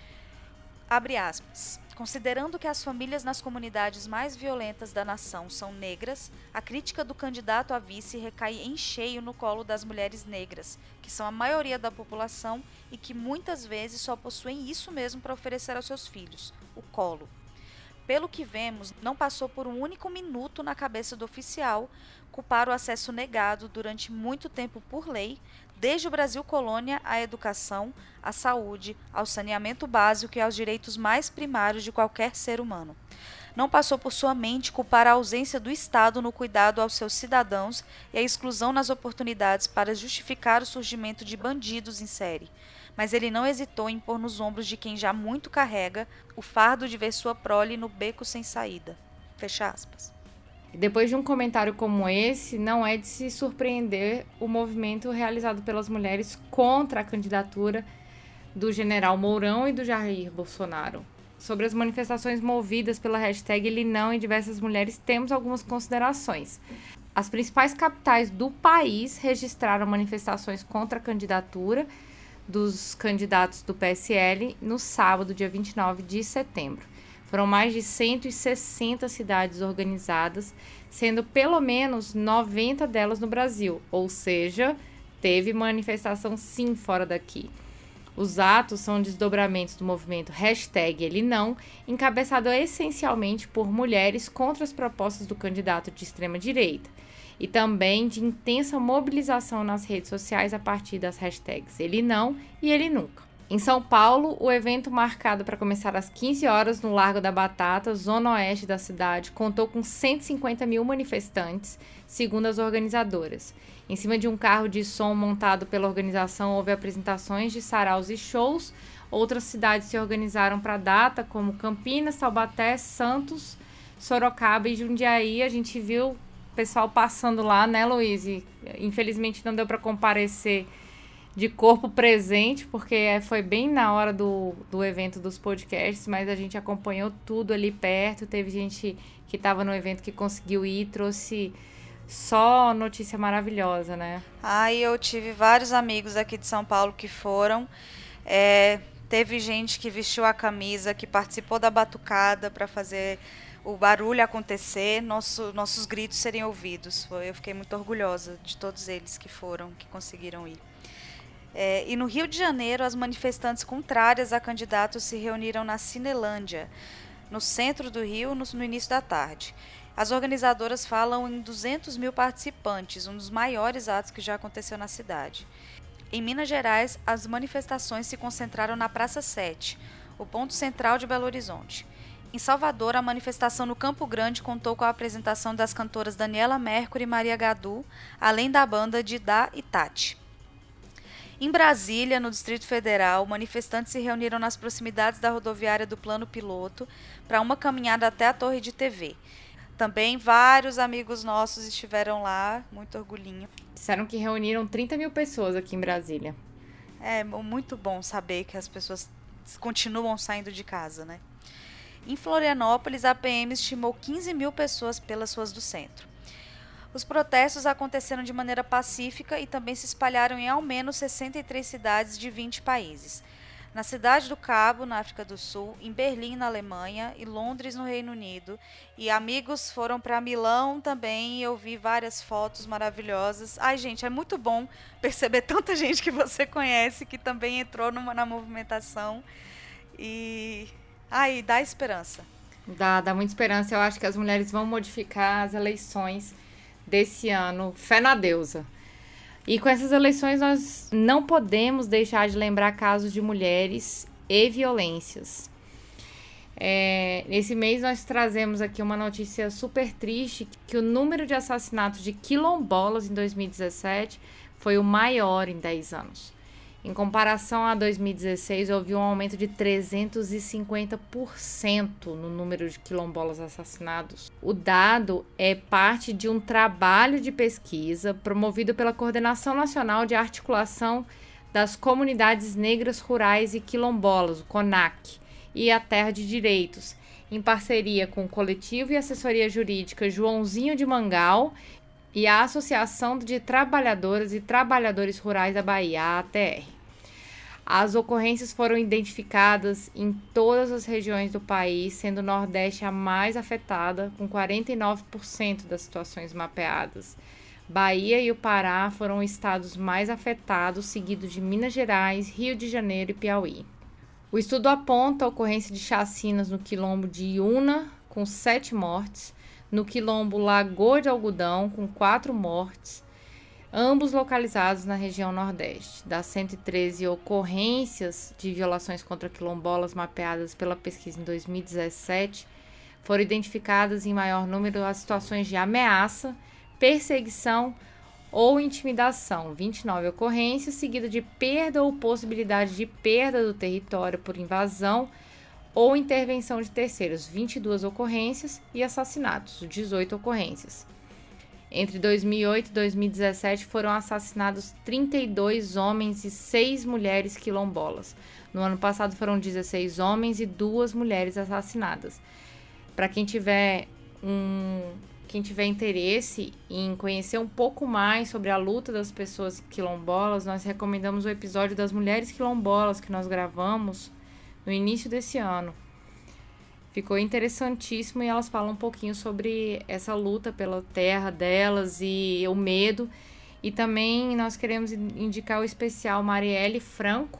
Abre aspas. Considerando que as famílias nas comunidades mais violentas da nação são negras, a crítica do candidato a vice recai em cheio no colo das mulheres negras, que são a maioria da população e que muitas vezes só possuem isso mesmo para oferecer aos seus filhos, o colo. pelo que vemos, não passou por um único minuto na cabeça do oficial culpar o acesso negado durante muito tempo por lei, desde o Brasil colônia à educação, à saúde, ao saneamento básico e aos direitos mais primários de qualquer ser humano. Não passou por sua mente culpar a ausência do Estado no cuidado aos seus cidadãos e a exclusão nas oportunidades para justificar o surgimento de bandidos em série. Mas ele não hesitou em pôr nos ombros de quem já muito carrega o fardo de ver sua prole no beco sem saída. Fecha aspas.
Depois de um comentário como esse, não é de se surpreender o movimento realizado pelas mulheres contra a candidatura do general Mourão e do Jair Bolsonaro. Sobre as manifestações movidas pela hashtag Ele Não e diversas mulheres, temos algumas considerações. As principais capitais do país registraram manifestações contra a candidatura dos candidatos do P S L no sábado, dia vinte e nove de setembro. Foram mais de cento e sessenta cidades organizadas, sendo pelo menos noventa delas no Brasil, ou seja, teve manifestação sim fora daqui. Os atos são desdobramentos do movimento hashtag Ele Não, encabeçado essencialmente por mulheres contra as propostas do candidato de extrema-direita, e também de intensa mobilização nas redes sociais a partir das hashtags Ele Não e Ele Nunca. Em São Paulo, o evento marcado para começar às quinze horas no Largo da Batata, zona oeste da cidade, contou com cento e cinquenta mil manifestantes, segundo as organizadoras. Em cima de um carro de som montado pela organização, houve apresentações de saraus e shows. Outras cidades se organizaram para a data, como Campinas, Taubaté, Santos, Sorocaba e Jundiaí. A gente viu o pessoal passando lá, né, Luiz? E, infelizmente não deu para comparecer de corpo presente, porque foi bem na hora do, do evento dos podcasts, mas a gente acompanhou tudo ali perto. Teve gente que estava no evento que conseguiu ir, trouxe só notícia maravilhosa, né?
Ah, e eu tive vários amigos aqui de São Paulo que foram. É, teve gente que vestiu a camisa, que participou da batucada para fazer o barulho acontecer, nosso, nossos gritos serem ouvidos. Eu fiquei muito orgulhosa de todos eles que foram, que conseguiram ir. É, e no Rio de Janeiro, as manifestantes contrárias a candidatos se reuniram na Cinelândia, no centro do Rio, no, no início da tarde. As organizadoras falam em duzentos mil participantes, um dos maiores atos que já aconteceu na cidade. Em Minas Gerais, as manifestações se concentraram na Praça sete, o ponto central de Belo Horizonte. Em Salvador, a manifestação no Campo Grande contou com a apresentação das cantoras Daniela Mercury e Maria Gadu, além da banda Didá e Tati. Em Brasília, no Distrito Federal, manifestantes se reuniram nas proximidades da rodoviária do Plano Piloto para uma caminhada até a Torre de T V. Também vários amigos nossos estiveram lá, muito orgulhinho.
Disseram que reuniram trinta mil pessoas aqui em Brasília.
É muito bom saber que as pessoas continuam saindo de casa, né? Em Florianópolis, a P M estimou quinze mil pessoas pelas ruas do centro. Os protestos aconteceram de maneira pacífica e também se espalharam em ao menos sessenta e três cidades de vinte países. Na Cidade do Cabo, na África do Sul, em Berlim, na Alemanha, e Londres, no Reino Unido. E amigos foram para Milão também e eu vi várias fotos maravilhosas. Ai, gente, é muito bom perceber tanta gente que você conhece que também entrou numa, na movimentação. E ai, dá esperança.
Dá, dá muita esperança. Eu acho que as mulheres vão modificar as eleições desse ano. Fé na deusa. E com essas eleições nós não podemos deixar de lembrar casos de mulheres e violências. É, nesse mês nós trazemos aqui uma notícia super triste, que o número de assassinatos de quilombolas em dois mil e dezessete foi o maior em dez anos. Em comparação a dois mil e dezesseis, houve um aumento de trezentos e cinquenta por cento no número de quilombolas assassinados. O dado é parte de um trabalho de pesquisa promovido pela Coordenação Nacional de Articulação das Comunidades Negras Rurais e Quilombolas, o CONAC, e a Terra de Direitos, em parceria com o Coletivo e Assessoria Jurídica Joãozinho de Mangal e a Associação de Trabalhadoras e Trabalhadores Rurais da Bahia, a A T R. As ocorrências foram identificadas em todas as regiões do país, sendo o Nordeste a mais afetada, com quarenta e nove por cento das situações mapeadas. Bahia e o Pará foram os estados mais afetados, seguidos de Minas Gerais, Rio de Janeiro e Piauí. O estudo aponta a ocorrência de chacinas no quilombo de Iuna, com sete mortes. No quilombo Lagoa de Algodão, com quatro mortes. Ambos localizados na região Nordeste. Das cento e treze ocorrências de violações contra quilombolas mapeadas pela pesquisa em dois mil e dezessete, foram identificadas em maior número as situações de ameaça, perseguição ou intimidação. vinte e nove ocorrências, seguida de perda ou possibilidade de perda do território por invasão ou intervenção de terceiros. vinte e duas ocorrências e assassinatos. dezoito ocorrências. Entre dois mil e oito e dois mil e dezessete foram assassinados trinta e dois homens e seis mulheres quilombolas. No ano passado foram dezesseis homens e duas mulheres assassinadas. Para quem tiver um, quem tiver interesse em conhecer um pouco mais sobre a luta das pessoas quilombolas, nós recomendamos o episódio das mulheres quilombolas que nós gravamos no início desse ano. Ficou interessantíssimo e elas falam um pouquinho sobre essa luta pela terra delas e o medo. E também nós queremos indicar o especial Marielle Franco,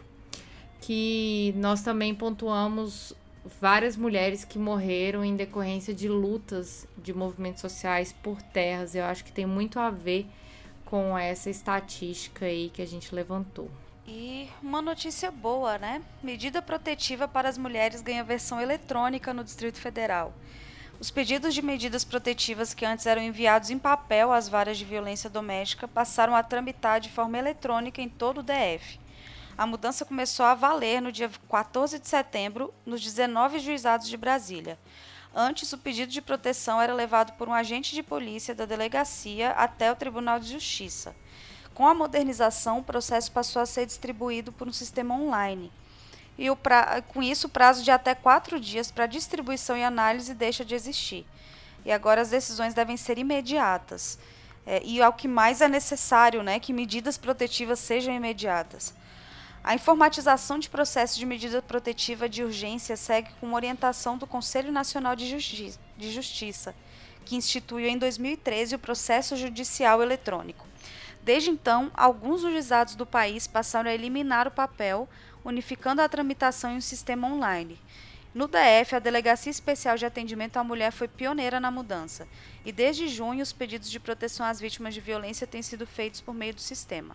que nós também pontuamos várias mulheres que morreram em decorrência de lutas de movimentos sociais por terras. Eu acho que tem muito a ver com essa estatística aí que a gente levantou.
E uma notícia boa, né? Medida protetiva para as mulheres ganha versão eletrônica no Distrito Federal. Os pedidos de medidas protetivas que antes eram enviados em papel às varas de violência doméstica passaram a tramitar de forma eletrônica em todo o D F. A mudança começou a valer no dia quatorze de setembro, nos dezenove juizados de Brasília. Antes, o pedido de proteção era levado por um agente de polícia da delegacia até o Tribunal de Justiça. Com a modernização, o processo passou a ser distribuído por um sistema online. E o pra... com isso, o prazo de até quatro dias para distribuição e análise deixa de existir. E agora as decisões devem ser imediatas. É, e é o que mais é necessário, né, que medidas protetivas sejam imediatas. A informatização de processos de medida protetiva de urgência segue com orientação do Conselho Nacional de, Justi... de Justiça, que instituiu em dois mil e treze o processo judicial eletrônico. Desde então, alguns juizados do país passaram a eliminar o papel, unificando a tramitação em um sistema online. No D F, a Delegacia Especial de Atendimento à Mulher foi pioneira na mudança, e desde junho os pedidos de proteção às vítimas de violência têm sido feitos por meio do sistema.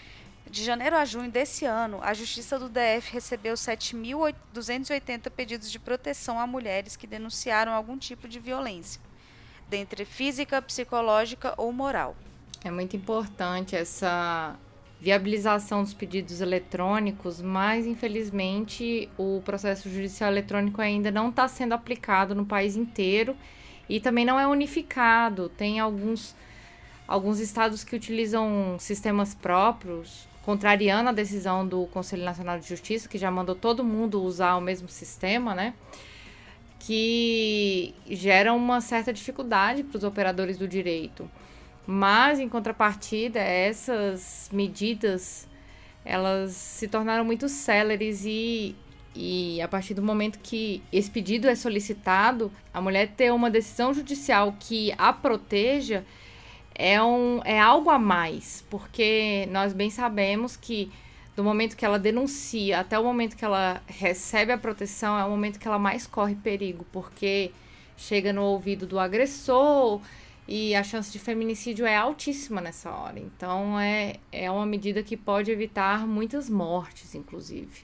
De janeiro a junho desse ano, a Justiça do D F recebeu sete mil duzentos e oitenta pedidos de proteção a mulheres que denunciaram algum tipo de violência, dentre física, psicológica ou moral.
É muito importante essa viabilização dos pedidos eletrônicos, mas infelizmente o processo judicial eletrônico ainda não está sendo aplicado no país inteiro e também não é unificado. Tem alguns, alguns estados que utilizam sistemas próprios, contrariando a decisão do Conselho Nacional de Justiça, que já mandou todo mundo usar o mesmo sistema, né? Que gera uma certa dificuldade para os operadores do direito. Mas, em contrapartida, essas medidas, elas se tornaram muito céleres e, e a partir do momento que esse pedido é solicitado, a mulher ter uma decisão judicial que a proteja é, um, é algo a mais, porque nós bem sabemos que do momento que ela denuncia até o momento que ela recebe a proteção é o momento que ela mais corre perigo, porque chega no ouvido do agressor. E a chance de feminicídio é altíssima nessa hora. Então, é, é uma medida que pode evitar muitas mortes, inclusive.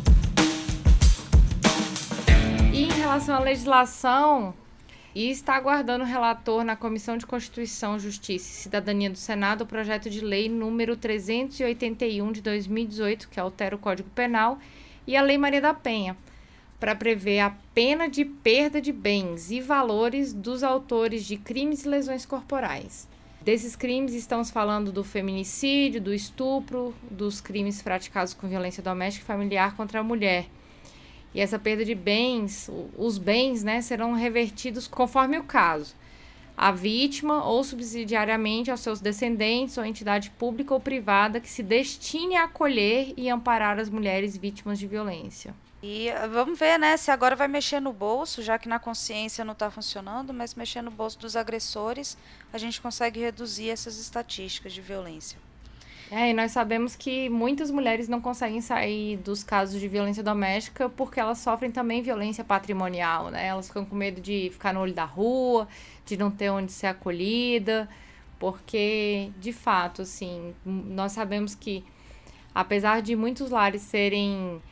E em relação à legislação, e está aguardando o relator na Comissão de Constituição, Justiça e Cidadania do Senado o projeto de lei número trezentos e oitenta e um de dois mil e dezoito, que altera o Código Penal, e a Lei Maria da Penha, para prever a pena de perda de bens e valores dos autores de crimes e lesões corporais. Desses crimes estamos falando do feminicídio, do estupro, dos crimes praticados com violência doméstica e familiar contra a mulher. E essa perda de bens, os bens, né, serão revertidos conforme o caso, à vítima ou subsidiariamente aos seus descendentes ou entidade pública ou privada que se destine a acolher e amparar as mulheres vítimas de violência.
E vamos ver, né, se agora vai mexer no bolso, já que na consciência não está funcionando, mas mexer no bolso dos agressores, a gente consegue reduzir essas estatísticas de violência.
É, e nós sabemos que muitas mulheres não conseguem sair dos casos de violência doméstica porque elas sofrem também violência patrimonial, né? Elas ficam com medo de ficar no olho da rua, de não ter onde ser acolhida, porque, de fato, assim, nós sabemos que, apesar de muitos lares serem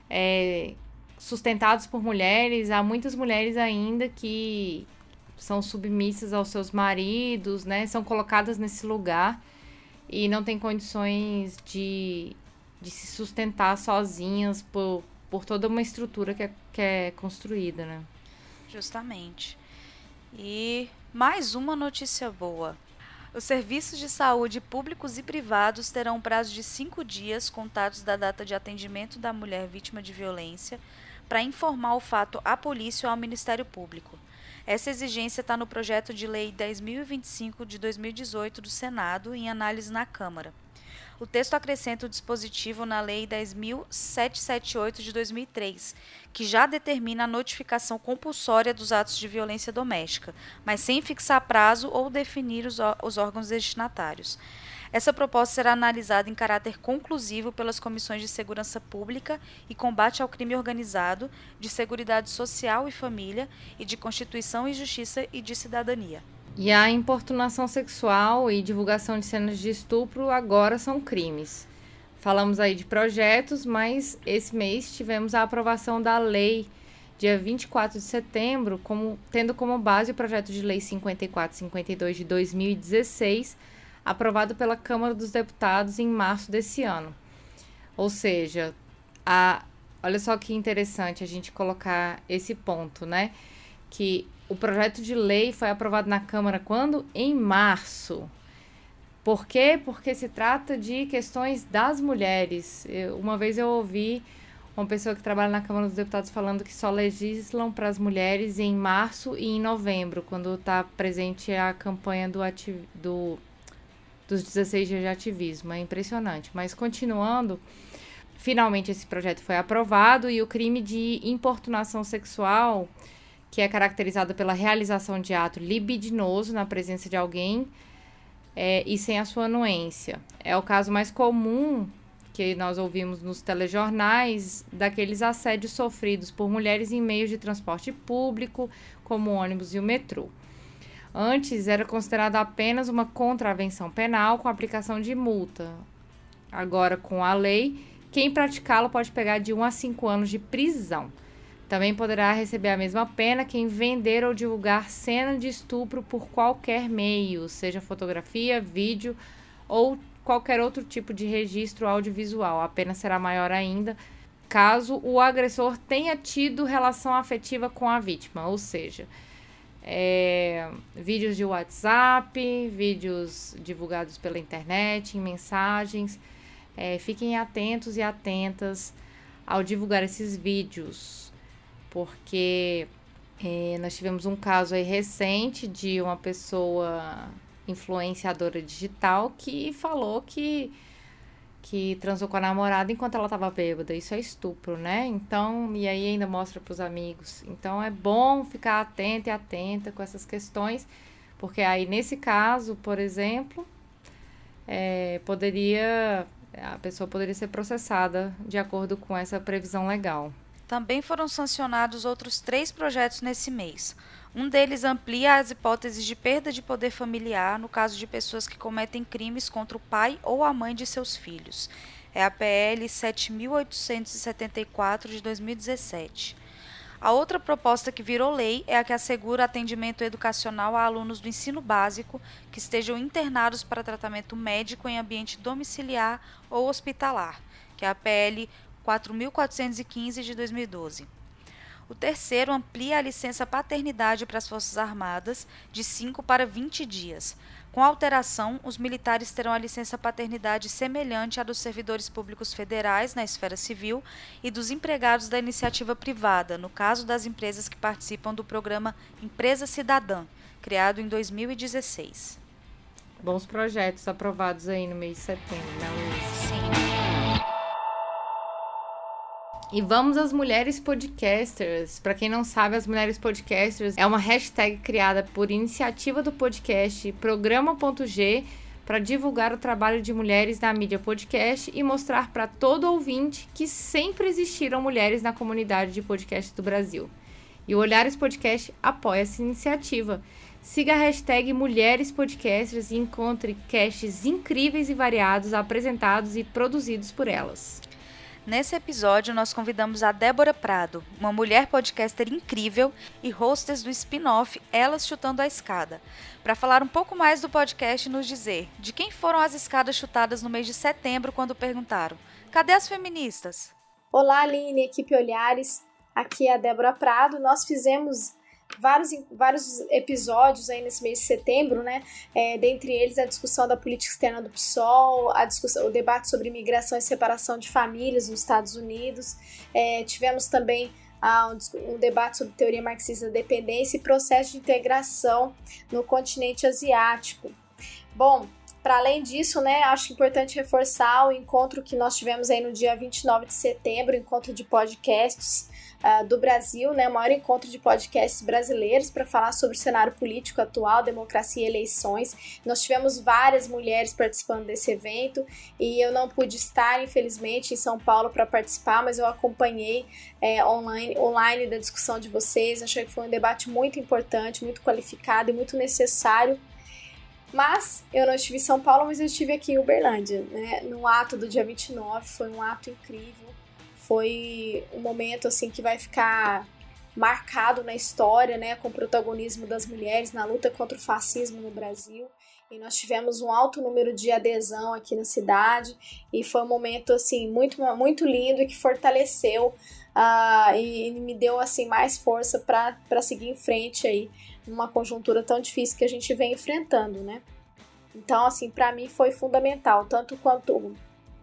é, sustentados por mulheres, há muitas mulheres ainda que são submissas aos seus maridos, né? São colocadas nesse lugar e não têm condições de, de se sustentar sozinhas por, por toda uma estrutura que é, que é construída, né?
Justamente. E mais uma notícia boa. Os serviços de saúde públicos e privados terão um prazo de cinco dias contados da data de atendimento da mulher vítima de violência para informar o fato à polícia ou ao Ministério Público. Essa exigência está no projeto de lei dez mil e vinte e cinco de dois mil e dezoito do Senado, em análise na Câmara. O texto acrescenta o dispositivo na Lei dez mil setecentos e setenta e oito de dois mil e três, que já determina a notificação compulsória dos atos de violência doméstica, mas sem fixar prazo ou definir os, os órgãos destinatários. Essa proposta será analisada em caráter conclusivo pelas comissões de Segurança Pública e Combate ao Crime Organizado, de Seguridade Social e Família e de Constituição e Justiça e de Cidadania.
E a importunação sexual e divulgação de cenas de estupro agora são crimes. Falamos aí de projetos, mas esse mês tivemos a aprovação da lei, dia vinte e quatro de setembro, como, tendo como base o projeto de lei cinquenta e quatro cinquenta e dois de dois mil e dezesseis, aprovado pela Câmara dos Deputados em março desse ano. Ou seja, a, olha só que interessante a gente colocar esse ponto, né? Que o projeto de lei foi aprovado na Câmara quando? Em março. Por quê? Porque se trata de questões das mulheres. Eu, uma vez eu ouvi uma pessoa que trabalha na Câmara dos Deputados falando que só legislam para as mulheres em março e em novembro, quando está presente a campanha do, ativ... do dos dezesseis dias de ativismo. É impressionante. Mas continuando, finalmente esse projeto foi aprovado e o crime de importunação sexual, que é caracterizado pela realização de ato libidinoso na presença de alguém é, e sem a sua anuência. É o caso mais comum que nós ouvimos nos telejornais daqueles assédios sofridos por mulheres em meios de transporte público, como o ônibus e o metrô. Antes era considerado apenas uma contravenção penal com aplicação de multa. Agora, com a lei, quem praticá-lo pode pegar de um a cinco anos de prisão. Também poderá receber a mesma pena quem vender ou divulgar cena de estupro por qualquer meio, seja fotografia, vídeo ou qualquer outro tipo de registro audiovisual. A pena será maior ainda caso o agressor tenha tido relação afetiva com a vítima, ou seja, É, vídeos de WhatsApp, vídeos divulgados pela internet, em mensagens. É, fiquem atentos e atentas ao divulgar esses vídeos, porque é, nós tivemos um caso aí recente de uma pessoa influenciadora digital que falou que que transou com a namorada enquanto ela estava bêbada. Isso é estupro, né? Então, e aí ainda mostra para os amigos. Então, é bom ficar atenta e atenta com essas questões, porque aí, nesse caso, por exemplo, é, poderia, a pessoa poderia ser processada de acordo com essa previsão legal.
Também foram sancionados outros três projetos nesse mês. Um deles amplia as hipóteses de perda de poder familiar no caso de pessoas que cometem crimes contra o pai ou a mãe de seus filhos. É a P L sete mil oitocentos e setenta e quatro de dois mil e dezessete. A outra proposta que virou lei é a que assegura atendimento educacional a alunos do ensino básico que estejam internados para tratamento médico em ambiente domiciliar ou hospitalar, que é a P L quatro mil quatrocentos e quinze de dois mil e doze. O terceiro amplia a licença paternidade para as Forças Armadas de cinco para vinte dias. Com a alteração, os militares terão a licença paternidade semelhante à dos servidores públicos federais na esfera civil e dos empregados da iniciativa privada, no caso das empresas que participam do programa Empresa Cidadã, criado em dois mil e dezesseis.
Bons projetos aprovados aí no mês de setembro, né, Luiz?
Sim.
E vamos às mulheres podcasters. Para quem não sabe, as mulheres podcasters é uma hashtag criada por iniciativa do podcast Programa.g para divulgar o trabalho de mulheres na mídia podcast e mostrar para todo ouvinte que sempre existiram mulheres na comunidade de podcast do Brasil. E o Olhares Podcast apoia essa iniciativa. Siga a hashtag Mulheres Podcasters e encontre casts incríveis e variados apresentados e produzidos por elas.
Nesse episódio, nós convidamos a Débora Prado, uma mulher podcaster incrível e hostess do spin-off Elas Chutando a Escada, para falar um pouco mais do podcast e nos dizer de quem foram as escadas chutadas no mês de setembro quando perguntaram: cadê as feministas?
Olá, Aline, equipe Olhares. Aqui é a Débora Prado. Nós fizemos vários, vários episódios aí nesse mês de setembro, né? É, dentre eles a discussão da política externa do PSOL, a discussão, o debate sobre imigração e separação de famílias nos Estados Unidos. É, tivemos também ah, um, um debate sobre teoria marxista da dependência e processo de integração no continente asiático. Bom, para além disso, né, acho importante reforçar o encontro que nós tivemos aí no dia vinte e nove de setembro, encontro de podcasts uh, do Brasil, né, o maior encontro de podcasts brasileiros para falar sobre o cenário político atual, democracia e eleições. Nós tivemos várias mulheres participando desse evento e eu não pude estar, infelizmente, em São Paulo para participar, mas eu acompanhei é, online, online da discussão de vocês. Achei que foi um debate muito importante, muito qualificado e muito necessário. Mas eu não estive em São Paulo, mas eu estive aqui em Uberlândia, né? No ato do dia vinte e nove, foi um ato incrível, foi um momento assim que vai ficar marcado na história, né? Com o protagonismo das mulheres na luta contra o fascismo no Brasil. E nós tivemos um alto número de adesão aqui na cidade e foi um momento assim muito, muito lindo e que fortaleceu uh, e, e me deu assim mais força para seguir em frente aí numa conjuntura tão difícil que a gente vem enfrentando, né? Então, assim, para mim foi fundamental, tanto quanto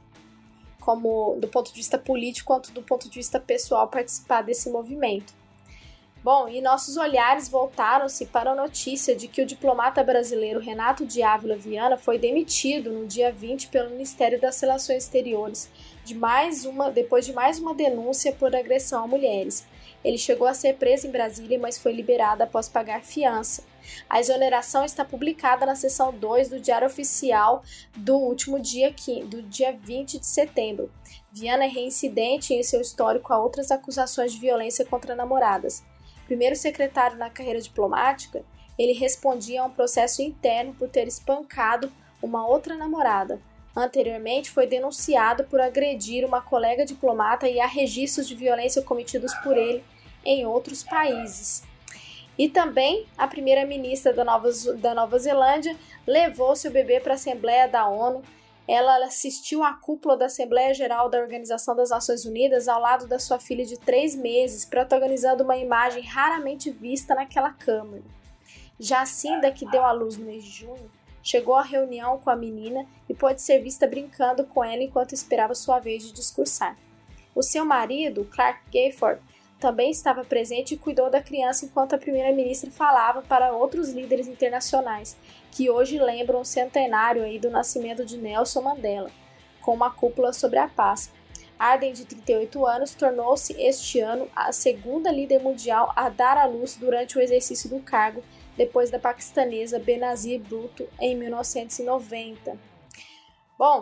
como do ponto de vista político, quanto do ponto de vista pessoal, participar desse movimento. Bom, e nossos olhares voltaram-se para a notícia de que o diplomata brasileiro Renato de Ávila Viana foi demitido no dia vinte pelo Ministério das Relações Exteriores, de mais uma, depois de mais uma denúncia por agressão a mulheres. Ele chegou a ser preso em Brasília, mas foi liberado após pagar fiança. A exoneração está publicada na seção dois do Diário Oficial do último dia, do dia vinte de setembro. Viana é reincidente em seu histórico a outras acusações de violência contra namoradas. Primeiro secretário na carreira diplomática, ele respondia a um processo interno por ter espancado uma outra namorada. Anteriormente, foi denunciado por agredir uma colega diplomata e há registros de violência cometidos por ele em outros países. E também a primeira-ministra da Nova, da Nova Zelândia levou seu bebê para a Assembleia da ONU. Ela assistiu à cúpula da Assembleia Geral da Organização das Nações Unidas ao lado da sua filha de três meses, protagonizando uma imagem raramente vista naquela Câmara. Jacinda, que deu à luz no mês de junho, chegou à reunião com a menina e pôde ser vista brincando com ela enquanto esperava sua vez de discursar. O seu marido, Clark Gayford, também estava presente e cuidou da criança enquanto a primeira-ministra falava para outros líderes internacionais, que hoje lembram o centenário aí do nascimento de Nelson Mandela, com uma cúpula sobre a paz. Arden, de trinta e oito anos, tornou-se este ano a segunda líder mundial a dar à luz durante o exercício do cargo, depois da paquistanesa Benazir Bhutto em mil novecentos e noventa. Bom,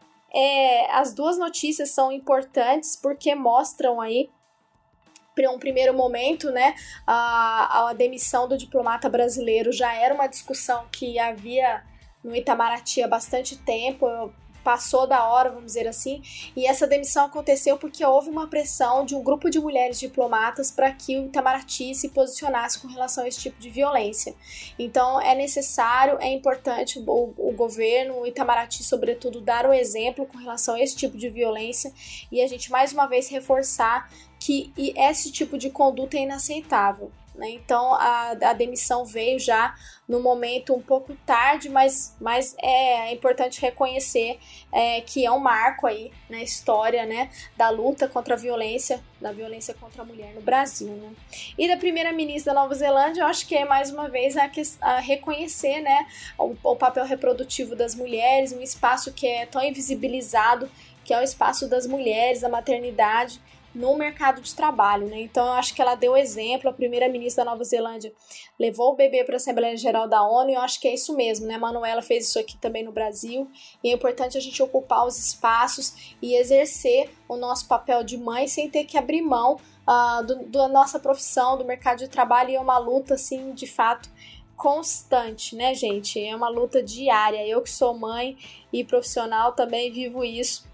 é, as duas notícias são importantes porque mostram aí, para um primeiro momento, né, a, a demissão do diplomata brasileiro já era uma discussão que havia no Itamaraty há bastante tempo, passou da hora, vamos dizer assim, e essa demissão aconteceu porque houve uma pressão de um grupo de mulheres diplomatas para que o Itamaraty se posicionasse com relação a esse tipo de violência. Então é necessário, é importante o, o governo, o Itamaraty sobretudo, dar o exemplo com relação a esse tipo de violência e a gente mais uma vez reforçar que esse tipo de conduta é inaceitável. Né? Então a, a demissão veio já no momento um pouco tarde, mas, mas é, é importante reconhecer é, que é um marco aí na história, né, da luta contra a violência, da violência contra a mulher no Brasil. Né? E da primeira-ministra da Nova Zelândia, eu acho que é mais uma vez a, a reconhecer, né, o, o papel reprodutivo das mulheres, um espaço que é tão invisibilizado, que é o espaço das mulheres, da maternidade, no mercado de trabalho, né? Então eu acho que ela deu exemplo, a primeira-ministra da Nova Zelândia levou o bebê para a Assembleia Geral da ONU, e eu acho que é isso mesmo, né? A Manuela fez isso aqui também no Brasil, e é importante a gente ocupar os espaços e exercer o nosso papel de mãe sem ter que abrir mão uh, do, da nossa profissão, do mercado de trabalho, e é uma luta, assim, de fato, constante, né, gente? É uma luta diária. Eu que sou mãe e profissional também vivo isso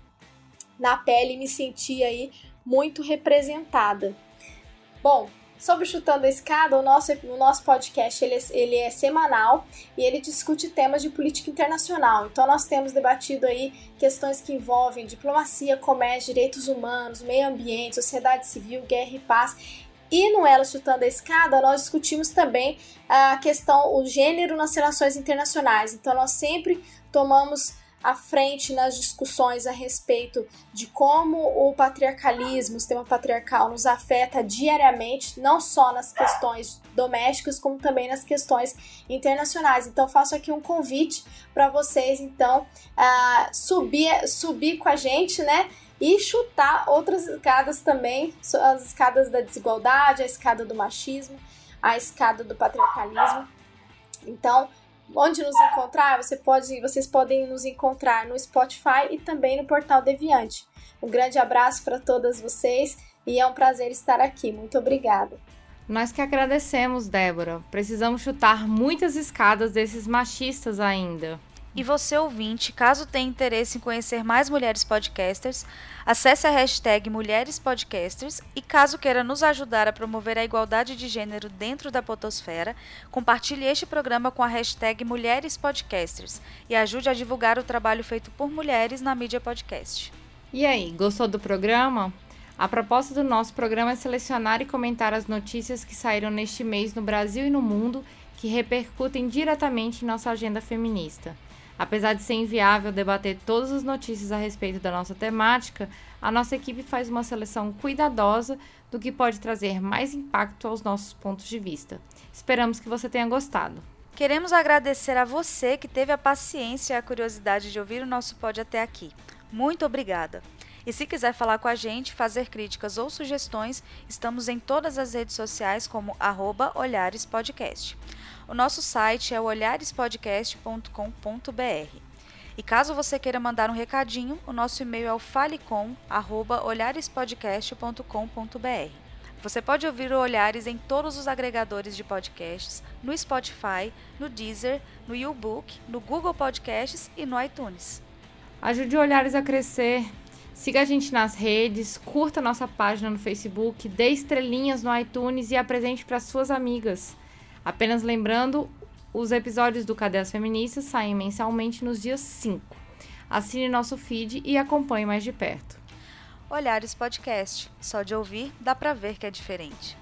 na pele e me senti aí muito representada. Bom, sobre Chutando a Escada, o nosso, o nosso podcast ele é, ele é semanal e ele discute temas de política internacional. Então nós temos debatido aí questões que envolvem diplomacia, comércio, direitos humanos, meio ambiente, sociedade civil, guerra e paz. E no Ela Chutando a Escada, nós discutimos também a questão, o gênero nas relações internacionais. Então nós sempre tomamos à frente nas discussões a respeito de como o patriarcalismo, o sistema patriarcal nos afeta diariamente, não só nas questões domésticas, como também nas questões internacionais. Então faço aqui um convite para vocês, então, uh, subir, subir com a gente, né? E chutar outras escadas também, as escadas da desigualdade, a escada do machismo, a escada do patriarcalismo. Então, onde nos encontrar? Você pode, vocês podem nos encontrar no Spotify e também no Portal Deviante. Um grande abraço para todas vocês e é um prazer estar aqui. Muito obrigada.
Nós que agradecemos, Débora. Precisamos chutar muitas escadas desses machistas ainda.
E você, ouvinte, caso tenha interesse em conhecer mais mulheres podcasters, acesse a hashtag Mulheres Podcasters e caso queira nos ajudar a promover a igualdade de gênero dentro da podosfera, compartilhe este programa com a hashtag Mulheres Podcasters e ajude a divulgar o trabalho feito por mulheres na mídia podcast.
E aí, gostou do programa? A proposta do nosso programa é selecionar e comentar as notícias que saíram neste mês no Brasil e no mundo que repercutem diretamente em nossa agenda feminista. Apesar de ser inviável debater todas as notícias a respeito da nossa temática, a nossa equipe faz uma seleção cuidadosa do que pode trazer mais impacto aos nossos pontos de vista. Esperamos que você tenha gostado.
Queremos agradecer a você que teve a paciência e a curiosidade de ouvir o nosso pod até aqui. Muito obrigada! E se quiser falar com a gente, fazer críticas ou sugestões, estamos em todas as redes sociais como arroba Olhares Podcast. O nosso site é o olhares podcast ponto com ponto b r. E caso você queira mandar um recadinho, o nosso e-mail é o falecom arroba olhares podcast ponto com ponto b r. Você pode ouvir o Olhares em todos os agregadores de podcasts, no Spotify, no Deezer, no YouBook, no Google Podcasts e no iTunes.
Ajude o Olhares a crescer. Siga a gente nas redes, curta nossa página no Facebook, dê estrelinhas no iTunes e apresente para suas amigas. Apenas lembrando, os episódios do Cadê as Feministas saem mensalmente nos dias cinco. Assine nosso feed e acompanhe mais de perto.
Olhares Podcast. Só de ouvir, dá pra ver que é diferente.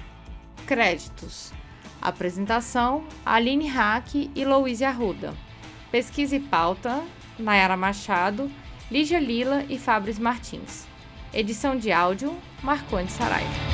Créditos. Apresentação, Aline Hack e Louise Arruda. Pesquisa e pauta, Nayara Machado, Lígia Lila e Fabris Martins. Edição de áudio, Marcondes Saraiva.